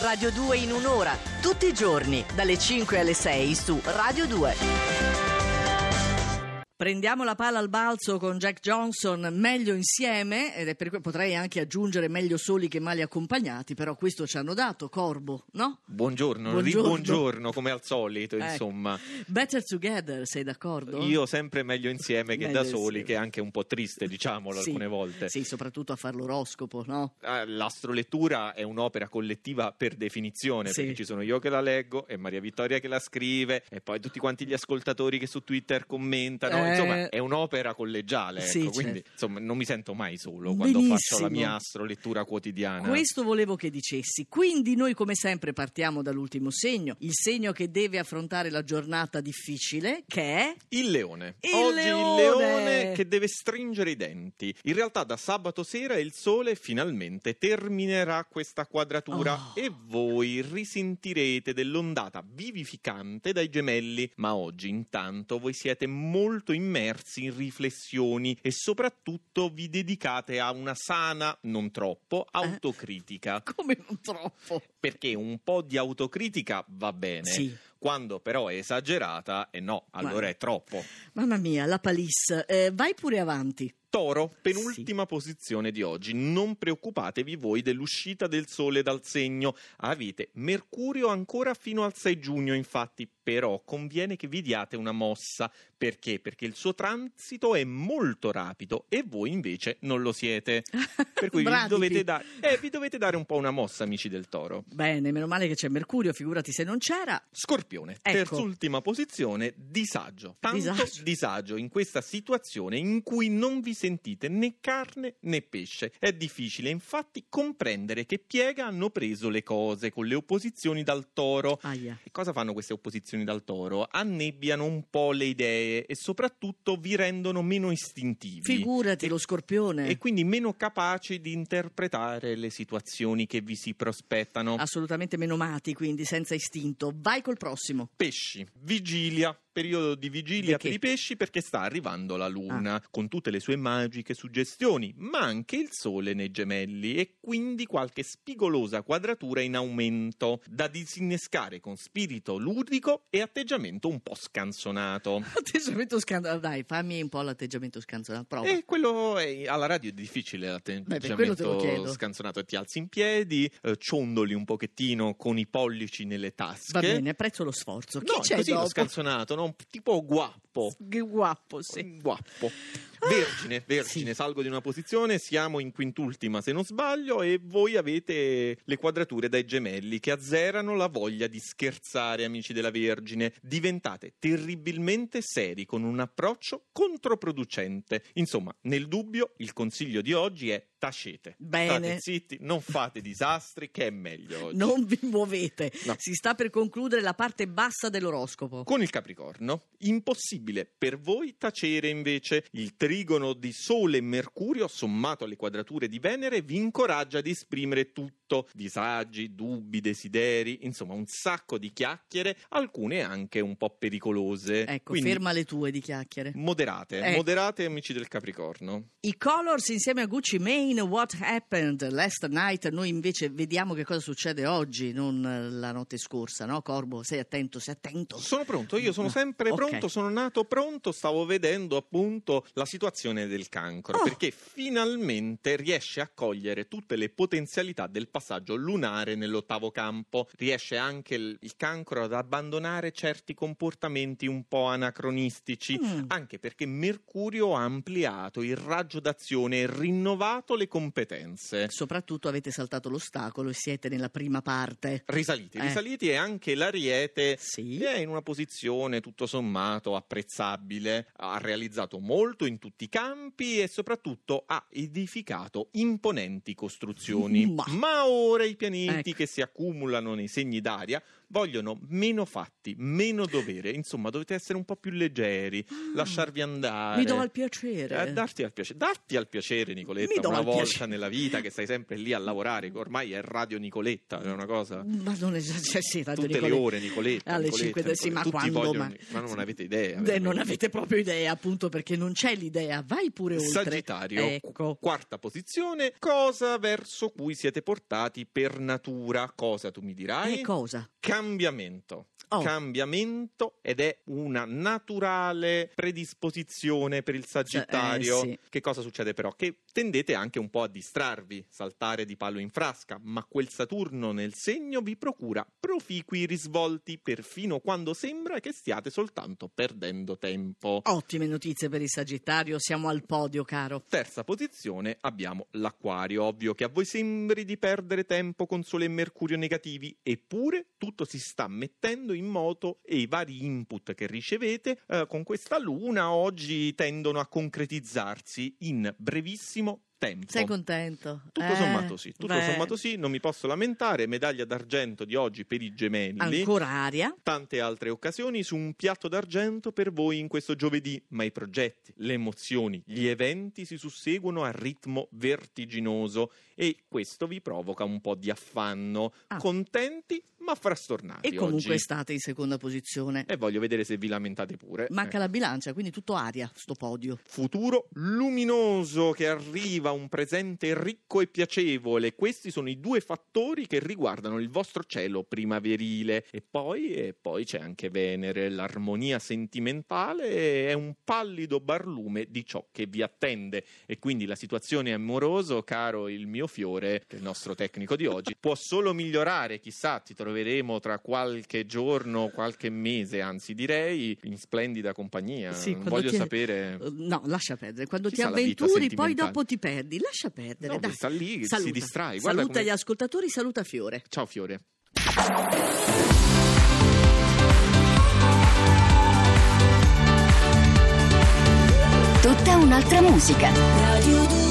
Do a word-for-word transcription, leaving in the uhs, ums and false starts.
Radio due in un'ora, tutti i giorni, dalle cinque alle sei su Radio due. Prendiamo la palla al balzo con Jack Johnson, meglio insieme, ed è per cui potrei anche aggiungere meglio soli che male accompagnati, però questo ci hanno dato, Corbo, no? Buongiorno, Buongiorno. Buongiorno come al solito, Ecco. insomma. Better together, sei d'accordo? Io sempre meglio insieme che Meglio da soli, insieme. che è anche un po' triste, diciamolo, Sì, alcune volte. Sì, soprattutto a fare l'oroscopo, no? Ah, L'astrolettura è un'opera collettiva per definizione, Sì. perché ci sono io che la leggo e Maria Vittoria che la scrive e poi tutti quanti gli ascoltatori che su Twitter commentano, Eh. insomma è un'opera collegiale, ecco. Sì, Quindi certo. insomma non mi sento mai solo quando Benissimo. faccio la mia astrolettura quotidiana. Questo volevo che dicessi. Quindi noi come sempre partiamo dall'ultimo segno, il segno che deve affrontare la giornata difficile, che è... Il leone. Il Oggi leone. il leone che deve stringere i denti. In realtà da sabato sera il sole finalmente terminerà questa quadratura Oh. e voi risentirete dell'ondata vivificante dai gemelli. Ma oggi intanto voi siete molto immersi in riflessioni e soprattutto vi dedicate a una sana, non troppo, autocritica. Come non troppo? Perché un po' di autocritica va bene. Sì. Quando però è esagerata, e eh no, allora Guarda. è troppo. Mamma mia, la palisse. Eh, vai pure avanti. Toro, penultima posizione di oggi. Non preoccupatevi voi dell'uscita del sole dal segno. Avete Mercurio ancora fino al sei giugno, infatti, però conviene che vi diate una mossa. Perché? Perché il suo transito è molto rapido e voi invece non lo siete. Per cui vi Bradipi. dovete, da- eh, vi dovete dare un po' una mossa, amici del Toro. Bene, meno male che c'è Mercurio, figurati se non c'era. Scorpione, Ecco. terzultima posizione, disagio. Tanto Disagio. disagio in questa situazione in cui non vi sentite né carne né pesce. È difficile infatti comprendere che piega hanno preso le cose con le opposizioni dal Toro. Aia. E cosa fanno queste opposizioni dal Toro? Annebbiano un po' le idee e soprattutto vi rendono meno istintivi. Figurati E- lo Scorpione. E quindi meno capaci di interpretare le situazioni che vi si prospettano. Assolutamente menomati, quindi senza istinto. Vai col prossimo. Pesci, vigilia, periodo di vigilia Di che? per i pesci perché sta arrivando la luna con tutte le sue magiche suggestioni, ma anche il sole nei gemelli e quindi qualche spigolosa quadratura in aumento da disinnescare con spirito ludico e atteggiamento un po' scanzonato. Atteggiamento scanzonato. Dai, fammi un po' l'atteggiamento scanzonato. Prova. E quello è, alla radio è difficile Beh, per quello te lo chiedo. l'atteggiamento scanzonato. Ti alzi in piedi, eh, ciondoli un pochettino con i pollici nelle tasche. Va bene, apprezzo lo sforzo. Chi No, c'è così dopo? lo scanzonato, no? tipo guappo. Che guappo, sì. Guappo. Vergine, Vergine, Sì. salgo di una posizione, siamo in quintultima se non sbaglio e voi avete le quadrature dai gemelli che azzerano la voglia di scherzare, amici della Vergine. Diventate terribilmente seri con un approccio controproducente. Insomma, nel dubbio il consiglio di oggi è tacete. Bene. State zitti, non fate disastri, che è meglio oggi. Non vi muovete. No. Si sta per concludere la parte bassa dell'oroscopo. Con il Capricorno, impossibile per voi tacere invece. Il trigono di Sole e Mercurio, sommato alle quadrature di Venere, vi incoraggia ad esprimere tutto. Disagi, dubbi, desideri, insomma un sacco di chiacchiere, alcune anche un po' pericolose. Ecco, Quindi ferma le tue di chiacchiere. moderate, Ecco. moderate amici del Capricorno. I Colors insieme a Gucci Mane, What Happened Last Night. Noi invece vediamo che cosa succede oggi, non eh, la notte scorsa, no Corbo? Sei attento, sei attento. Sono pronto, io sono No. sempre Ok. pronto, sono nato pronto, stavo vedendo appunto la situazione del cancro, Oh. perché finalmente riesce a cogliere tutte le potenzialità del passaggio lunare nell'ottavo campo, riesce anche il, il cancro ad abbandonare certi comportamenti un po' anacronistici, Mm. anche perché Mercurio ha ampliato il raggio d'azione e rinnovato le competenze. Soprattutto avete saltato l'ostacolo e siete nella prima parte. Risaliti, Eh. risaliti e anche l'Ariete Sì. è in una posizione tutto sommato apprezzabile, ha realizzato molto in tutti i campi e soprattutto ha edificato imponenti costruzioni. Ma- Ma ora i pianeti Ecco. che si accumulano nei segni d'aria vogliono meno fatti, meno dovere, insomma dovete essere un po' più leggeri, ah, lasciarvi andare. Mi do al piacere. Eh, darti al piacere, darti al piacere Nicoletta, Mi do una al volta piacere. nella vita che stai sempre lì a lavorare, ormai è Radio Nicoletta, è una cosa... Ma non esagero, sì, Radio Tutte Nicoletta. le ore Nicoletta, alle Nicoletta, cinque del sì, ma Tutti quando vogliono, ma... ma non avete idea. Eh, non avete proprio idea, appunto, perché non c'è l'idea. Vai pure oltre. Sagittario, ecco. quarta posizione, cosa verso cui siete portati per natura. Cosa tu mi dirai? E cosa? Cambiamento. Oh. Cambiamento, ed è una naturale predisposizione per il Sagittario. Eh, sì. Che cosa succede però? Che tendete anche un po' a distrarvi, saltare di palo in frasca, ma quel Saturno nel segno vi procura proficui risvolti perfino quando sembra che stiate soltanto perdendo tempo. Ottime notizie per il Sagittario, siamo al podio, caro. Terza posizione abbiamo l'Acquario. Ovvio che a voi sembri di perdere tempo con Sole e Mercurio negativi, eppure tutto si sta mettendo in moto e i vari input che ricevete eh, con questa Luna oggi tendono a concretizzarsi in brevissimo tempo. Sei contento? Tutto eh, sommato sì, tutto beh. sommato sì, non mi posso lamentare. Medaglia d'argento di oggi per i Gemelli. Ancora aria. Tante altre occasioni su un piatto d'argento per voi in questo giovedì, ma i progetti, le emozioni, gli eventi si susseguono a ritmo vertiginoso e questo vi provoca un po' di affanno. Ah. Contenti ma frastornati E comunque oggi. state in seconda posizione. E voglio vedere se vi lamentate pure. Manca Eh. la bilancia, quindi tutto aria, sto podio. Futuro luminoso che arriva, un presente ricco e piacevole. Questi sono i due fattori che riguardano il vostro cielo primaverile. E poi, e poi c'è anche Venere. L'armonia sentimentale è un pallido barlume di ciò che vi attende. E quindi la situazione amorosa, caro il mio fiore, che è il nostro tecnico di oggi, può solo migliorare. Chissà, ti troveremo tra qualche giorno, qualche mese, anzi direi in splendida compagnia. Sì, Non quando voglio ti- sapere... No, lascia perdere. Quando Chi ti sa la vita avventuri, poi sentimentale? dopo ti perdi. Lascia perdere. No, dai. sta lì, si Saluta. distrae. Guarda Saluta come- gli ascoltatori, saluta Fiore. Ciao Fiore. Tutta un'altra musica. Radio due